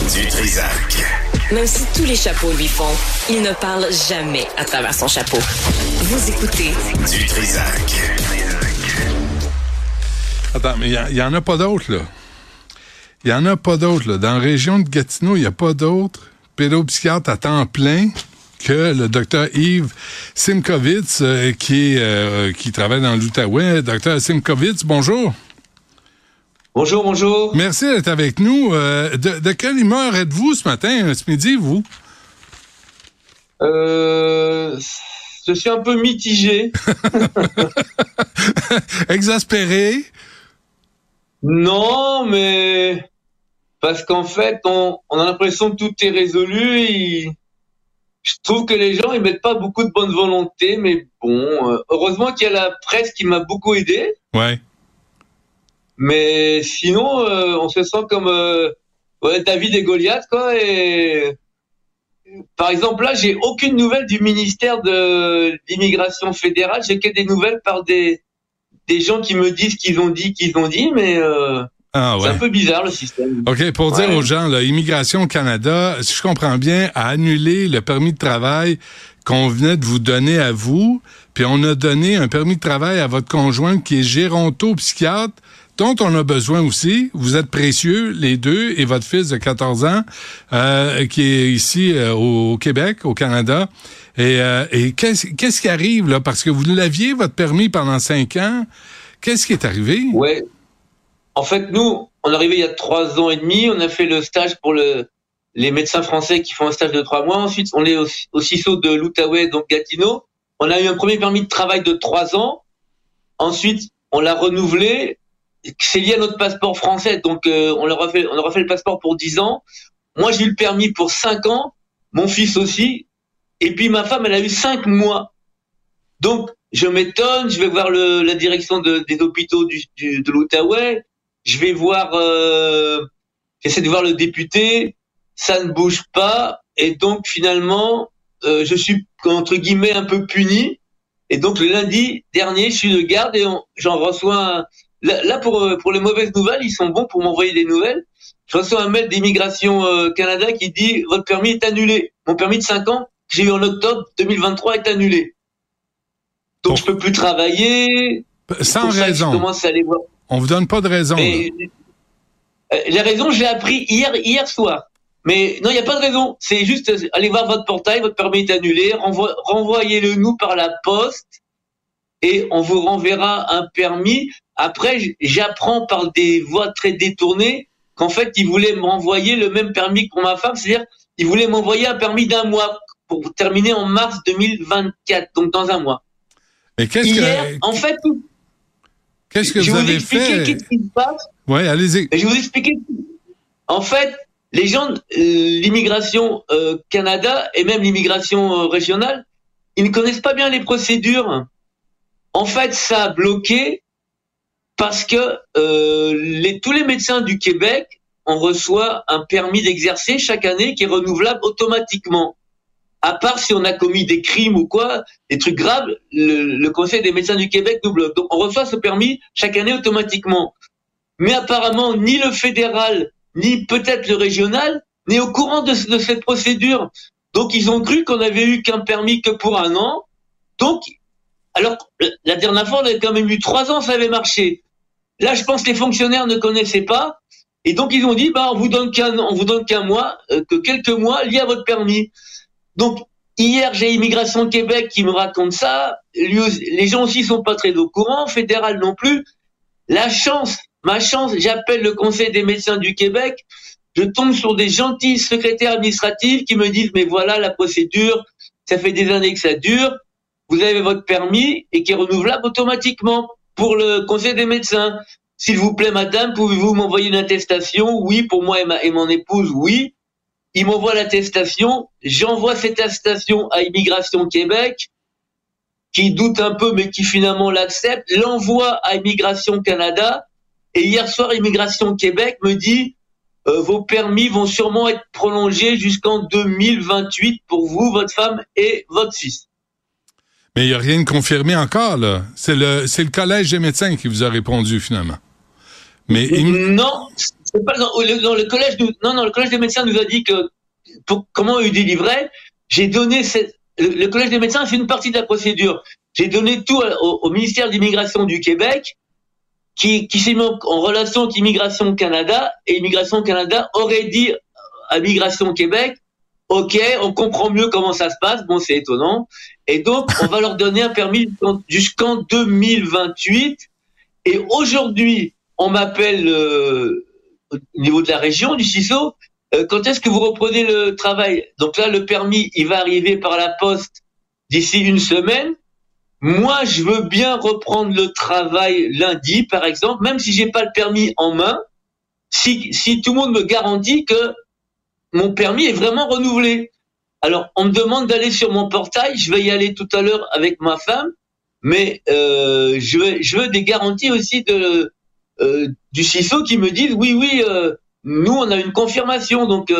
Du Trizac. Même si tous les chapeaux lui font, il ne parle jamais à travers son chapeau. Vous écoutez Du Trizac. Attends, mais il n'y en a pas d'autres, là. Il n'y en a pas d'autres, là. Dans la région de Gatineau, il n'y a pas d'autres pédopsychiatres à temps plein que le docteur Yves Simkovitz, qui travaille dans l'Outaouais. Docteur Simkovitz, bonjour. Bonjour, bonjour. Merci d'être avec nous. De quelle humeur êtes-vous ce matin, ce midi, vous? Je suis un peu mitigé. Exaspéré? Non, mais parce qu'en fait, on a l'impression que tout est résolu. Je trouve que les gens, ils mettent pas beaucoup de bonne volonté, mais bon, heureusement qu'il y a la presse qui m'a beaucoup aidé. Ouais. Mais sinon, on se sent comme David et Goliath, quoi. Et par exemple, là, j'ai aucune nouvelle du ministère de l'immigration fédérale. J'ai que des nouvelles par des gens qui me disent qu'ils ont dit, mais c'est un peu bizarre le système. OK, pour dire aux gens, là, Immigration Canada, si je comprends bien, a annulé le permis de travail qu'on venait de vous donner à vous, puis on a donné un permis de travail à votre conjointe qui est gérontopsychiatre, dont on a besoin aussi. Vous êtes précieux, les deux, et votre fils de 14 ans, qui est ici au Québec, au Canada. Et qu'est-ce qui arrive, là? Parce que vous l'aviez, votre permis, pendant 5 ans. Qu'est-ce qui est arrivé? Ouais. En fait, nous, on est arrivé il y a 3 ans et demi. On a fait le stage pour les médecins français qui font un stage de 3 mois. Ensuite, on est au CISO de l'Outaouais, donc Gatineau. On a eu un premier permis de travail de 3 ans. Ensuite, on l'a renouvelé. C'est lié à notre passeport français, donc on leur a fait le passeport pour 10 ans. Moi, j'ai eu le permis pour 5 ans, mon fils aussi, et puis ma femme, elle a eu 5 mois. Donc, je m'étonne, je vais voir la direction des hôpitaux de l'Outaouais, j'essaie de voir le député, ça ne bouge pas, et donc finalement, je suis entre guillemets un peu puni. Et donc le lundi dernier, je suis de garde et j'en reçois Là, pour les mauvaises nouvelles, ils sont bons pour m'envoyer des nouvelles. Je reçois un mail d'Immigration Canada qui dit « Votre permis est annulé. Mon permis de 5 ans, que j'ai eu en octobre 2023, est annulé. Donc, je peux plus travailler. » Sans raison. Je commence à aller voir. On vous donne pas de raison. La raison, je l'ai appris hier soir. Mais non, il n'y a pas de raison. C'est juste aller voir votre portail, votre permis est annulé, renvoyez-le nous par la poste et on vous renverra un permis. Après, j'apprends par des voies très détournées qu'en fait, ils voulaient me renvoyer le même permis que pour ma femme, c'est-à-dire ils voulaient m'envoyer un permis d'1 mois pour terminer en mars 2024, donc dans 1 mois. Mais en fait, qu'est-ce que vous avez fait? Qu'est-ce qui se passe? Oui, allez-y. Je vais vous expliquer. En fait, les gens, l'immigration Canada et même l'immigration régionale, ils ne connaissent pas bien les procédures. En fait, ça a bloqué parce que tous les médecins du Québec, on reçoit un permis d'exercer chaque année qui est renouvelable automatiquement. À part si on a commis des crimes ou quoi, des trucs graves, le Conseil des médecins du Québec nous bloque. Donc on reçoit ce permis chaque année automatiquement. Mais apparemment, ni le fédéral, ni peut-être le régional n'est au courant de cette procédure. Donc ils ont cru qu'on avait eu qu'un permis que pour 1 an. Donc, alors la dernière fois, on avait quand même eu 3 ans, ça avait marché. Là, je pense que les fonctionnaires ne connaissaient pas. Et donc, ils ont dit, on vous donne qu'un mois, que quelques mois liés à votre permis. Donc, hier, j'ai Immigration Québec qui me raconte ça. Les gens aussi sont pas très au courant, fédéral non plus. Ma chance, j'appelle le Conseil des médecins du Québec. Je tombe sur des gentils secrétaires administratifs qui me disent, mais voilà la procédure, ça fait des années que ça dure. Vous avez votre permis et qui est renouvelable automatiquement pour le Conseil des médecins. S'il vous plaît, madame, pouvez-vous m'envoyer une attestation? Oui, pour moi et mon épouse, oui. Il m'envoie l'attestation. J'envoie cette attestation à Immigration Québec, qui doute un peu, mais qui finalement l'accepte. L'envoie à Immigration Canada. Et hier soir, Immigration Québec me dit, vos permis vont sûrement être prolongés jusqu'en 2028 pour vous, votre femme et votre fils. Mais il n'y a rien de confirmé encore, là. C'est le Collège des médecins qui vous a répondu, finalement. Mais Non, c'est pas dans le collège. Le collège des médecins nous a dit que comment il délivrait. J'ai donné le collège des médecins, c'est une partie de la procédure. J'ai donné tout au ministère de l'Immigration du Québec, qui s'est mis en relation avec Immigration Canada, et Immigration Canada aurait dit à Immigration Québec, OK, on comprend mieux comment ça se passe. Bon, c'est étonnant. Et donc, on va leur donner un permis jusqu'en 2028. Et aujourd'hui, on m'appelle au niveau de la région, du CISO, quand est-ce que vous reprenez le travail? Donc là, le permis, il va arriver par la poste d'ici une semaine. Moi, je veux bien reprendre le travail lundi, par exemple, même si j'ai pas le permis en main, si tout le monde me garantit que mon permis est vraiment renouvelé. Alors, on me demande d'aller sur mon portail, je vais y aller tout à l'heure avec ma femme, mais je veux des garanties aussi du CISO qui me disent oui, nous on a une confirmation, donc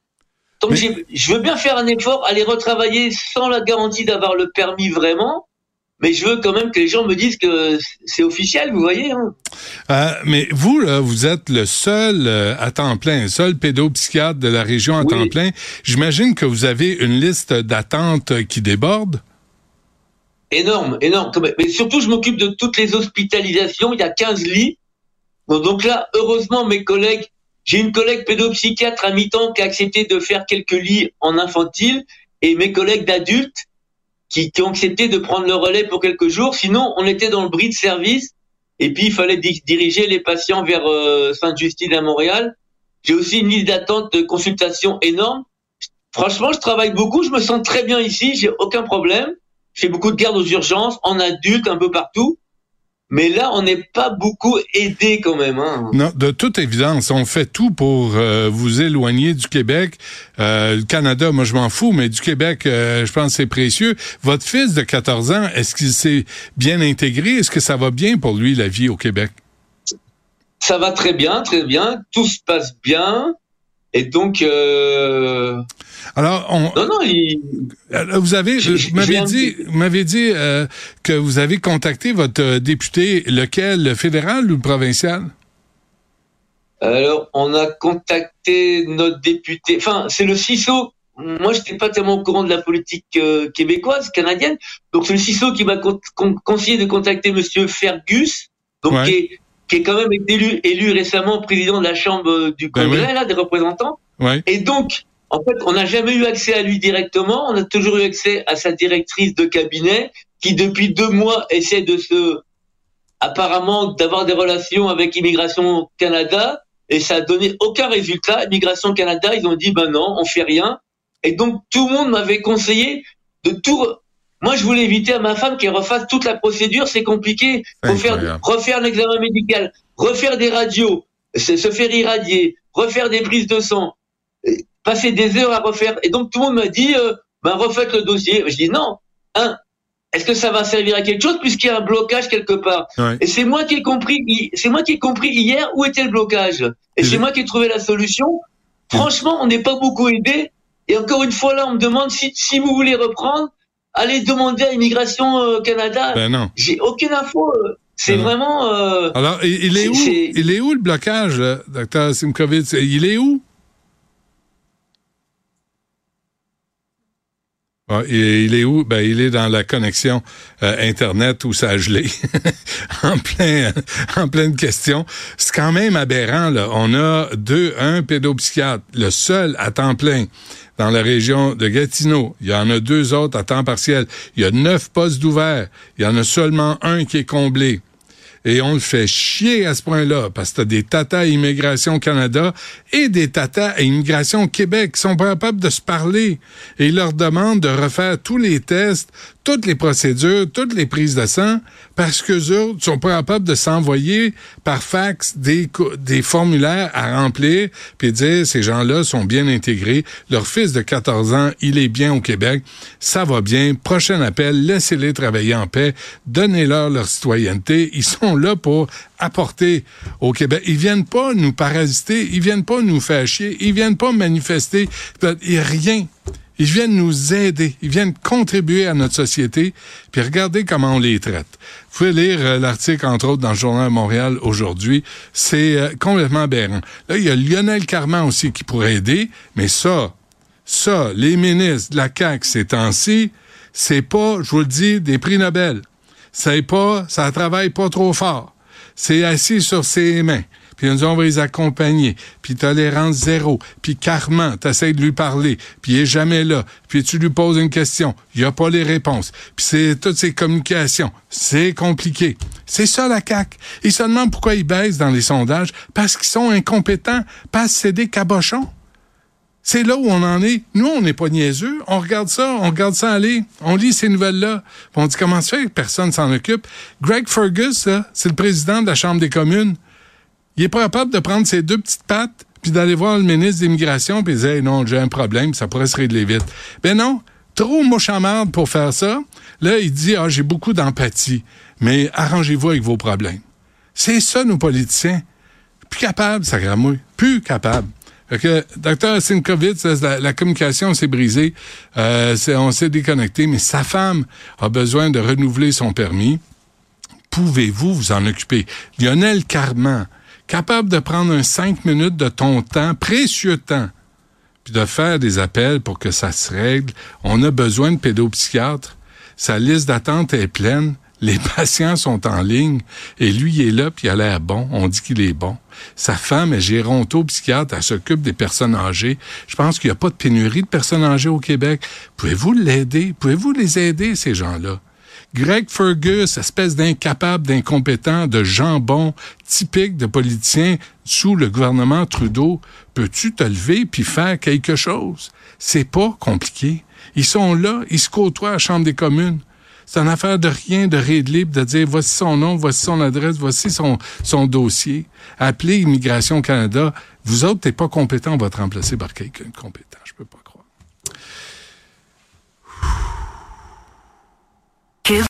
je veux bien faire un effort, aller retravailler sans la garantie d'avoir le permis vraiment. Mais je veux quand même que les gens me disent que c'est officiel, vous voyez. Hein. Mais vous, là, vous êtes le seul à temps plein, le seul pédopsychiatre de la région à temps plein. J'imagine que vous avez une liste d'attente qui déborde. Énorme. Mais surtout, je m'occupe de toutes les hospitalisations. Il y a 15 lits. Bon, donc là, heureusement, j'ai une collègue pédopsychiatre à mi-temps qui a accepté de faire quelques lits en infantile, et mes collègues d'adultes qui ont accepté de prendre le relais pour quelques jours. Sinon, on était dans le bris de service, et puis il fallait diriger les patients vers Sainte-Justine à Montréal. J'ai aussi une liste d'attente de consultation énorme. Franchement, je travaille beaucoup, je me sens très bien ici, j'ai aucun problème. Je fais beaucoup de gardes aux urgences, en adulte, un peu partout. Mais là, on n'est pas beaucoup aidé quand même. Hein. Non, de toute évidence, on fait tout pour vous éloigner du Québec. Le Canada, moi, je m'en fous, mais du Québec, je pense que c'est précieux. Votre fils de 14 ans, est-ce qu'il s'est bien intégré? Est-ce que ça va bien pour lui, la vie au Québec? Ça va très bien, très bien. Tout se passe bien. Et donc... Alors, vous m'avez dit que vous avez contacté votre député, lequel, le fédéral ou le provincial? Alors, on a contacté notre député, enfin, c'est le CISO. Moi, je n'étais pas tellement au courant de la politique québécoise, canadienne. Donc, c'est le CISO qui m'a conseillé de contacter Monsieur Fergus, donc qui est quand même élu récemment président de la Chambre du Congrès, là, des représentants. Ouais. Et donc, en fait, on n'a jamais eu accès à lui directement. On a toujours eu accès à sa directrice de cabinet, qui depuis 2 mois essaie apparemment d'avoir des relations avec Immigration Canada, et ça a donné aucun résultat. Immigration Canada, ils ont dit non, on fait rien. Et donc tout le monde m'avait conseillé de tout. Moi, je voulais éviter à ma femme qu'elle refasse toute la procédure, c'est compliqué. Faut refaire un examen médical, refaire des radios, se faire irradier, refaire des prises de sang, passer des heures à refaire. Et donc tout le monde m'a dit refaites le dossier. Je dis non. Est-ce que ça va servir à quelque chose puisqu'il y a un blocage quelque part? Et c'est moi qui ai compris hier où était le blocage. Et c'est moi qui ai trouvé la solution. Franchement, on n'est pas beaucoup aidé. Et encore une fois là, on me demande si vous voulez reprendre, allez demander à Immigration Canada. Ben non. J'ai aucune info. C'est vraiment. Alors, il est où? Il est où le blocage, là, Dr. Simkovitz? Il est où? Il est où? Ben, il est dans la connexion Internet où ça a gelé. en pleine question. C'est quand même aberrant, là. On a un pédopsychiatre, le seul à temps plein dans la région de Gatineau. Il y en a 2 autres à temps partiel. Il y a 9 postes d'ouverts. Il y en a seulement un qui est comblé. Et on le fait chier à ce point-là, parce que t'as des tatas à Immigration Canada et des tatas à Immigration Québec qui sont pas capables de se parler. Et ils leur demandent de refaire tous les tests, toutes les procédures, toutes les prises de sang, parce qu'eux autres sont pas capables de s'envoyer par fax des formulaires à remplir, puis dire ces gens-là sont bien intégrés. Leur fils de 14 ans, il est bien au Québec, ça va bien. Prochain appel, laissez-les travailler en paix, donnez-leur leur citoyenneté. Ils sont là pour apporter au Québec. Ils viennent pas nous parasiter, ils viennent pas nous faire chier, ils viennent pas manifester. Rien. Ils viennent nous aider. Ils viennent contribuer à notre société. Puis regardez comment on les traite. Vous pouvez lire l'article, entre autres, dans le Journal de Montréal aujourd'hui. C'est complètement aberrant. Là, il y a Lionel Carman aussi qui pourrait aider. Mais ça, les ministres de la CAQ ces temps-ci, c'est pas, je vous le dis, des prix Nobel. Ça travaille pas trop fort. C'est assis sur ses mains. Puis on va les accompagner. Puis tolérance zéro. Puis Carman, t'essayes de lui parler. Puis il est jamais là. Puis tu lui poses une question. Il y a pas les réponses. Puis c'est toutes ces communications. C'est compliqué. C'est ça la CAQ. Ils se demandent pourquoi ils baissent dans les sondages. Parce qu'ils sont incompétents. Parce que c'est des cabochons. C'est là où on en est. Nous, on n'est pas niaiseux. On regarde ça aller. On lit ces nouvelles-là. Puis on dit comment ça fait que personne s'en occupe. Greg Fergus, là, c'est le président de la Chambre des communes. Il est pas capable de prendre ses deux petites pattes puis d'aller voir le ministre de l'Immigration puis dire hey, non, j'ai un problème, ça pourrait se régler vite. Ben non, trop mouche à marde pour faire ça. Là, il dit j'ai beaucoup d'empathie, mais arrangez-vous avec vos problèmes. C'est ça, nos politiciens. Plus capable, ça gramouille. Plus capable. Fait que, Dr. Sinkovitz, la communication s'est brisée, on s'est déconnecté, mais sa femme a besoin de renouveler son permis. Pouvez-vous vous en occuper? Lionel Carman, capable de prendre 5 minutes de ton temps, précieux temps, puis de faire des appels pour que ça se règle. On a besoin de pédopsychiatres. Sa liste d'attente est pleine. Les patients sont en ligne et lui, il est là puis il a l'air bon. On dit qu'il est bon. Sa femme est géronto-psychiatre. Elle s'occupe des personnes âgées. Je pense qu'il n'y a pas de pénurie de personnes âgées au Québec. Pouvez-vous l'aider? Pouvez-vous les aider, ces gens-là? Greg Fergus, espèce d'incapable, d'incompétent, de jambon, typique de politicien sous le gouvernement Trudeau, peux-tu te lever puis faire quelque chose? C'est pas compliqué. Ils sont là, ils se côtoient à la Chambre des communes. C'est une affaire de rien, de libre, de dire voici son nom, voici son adresse, voici son dossier. Appelez Immigration Canada. Vous autres, t'es pas compétent, on va te remplacer par quelqu'un de compétent. Je peux pas croire.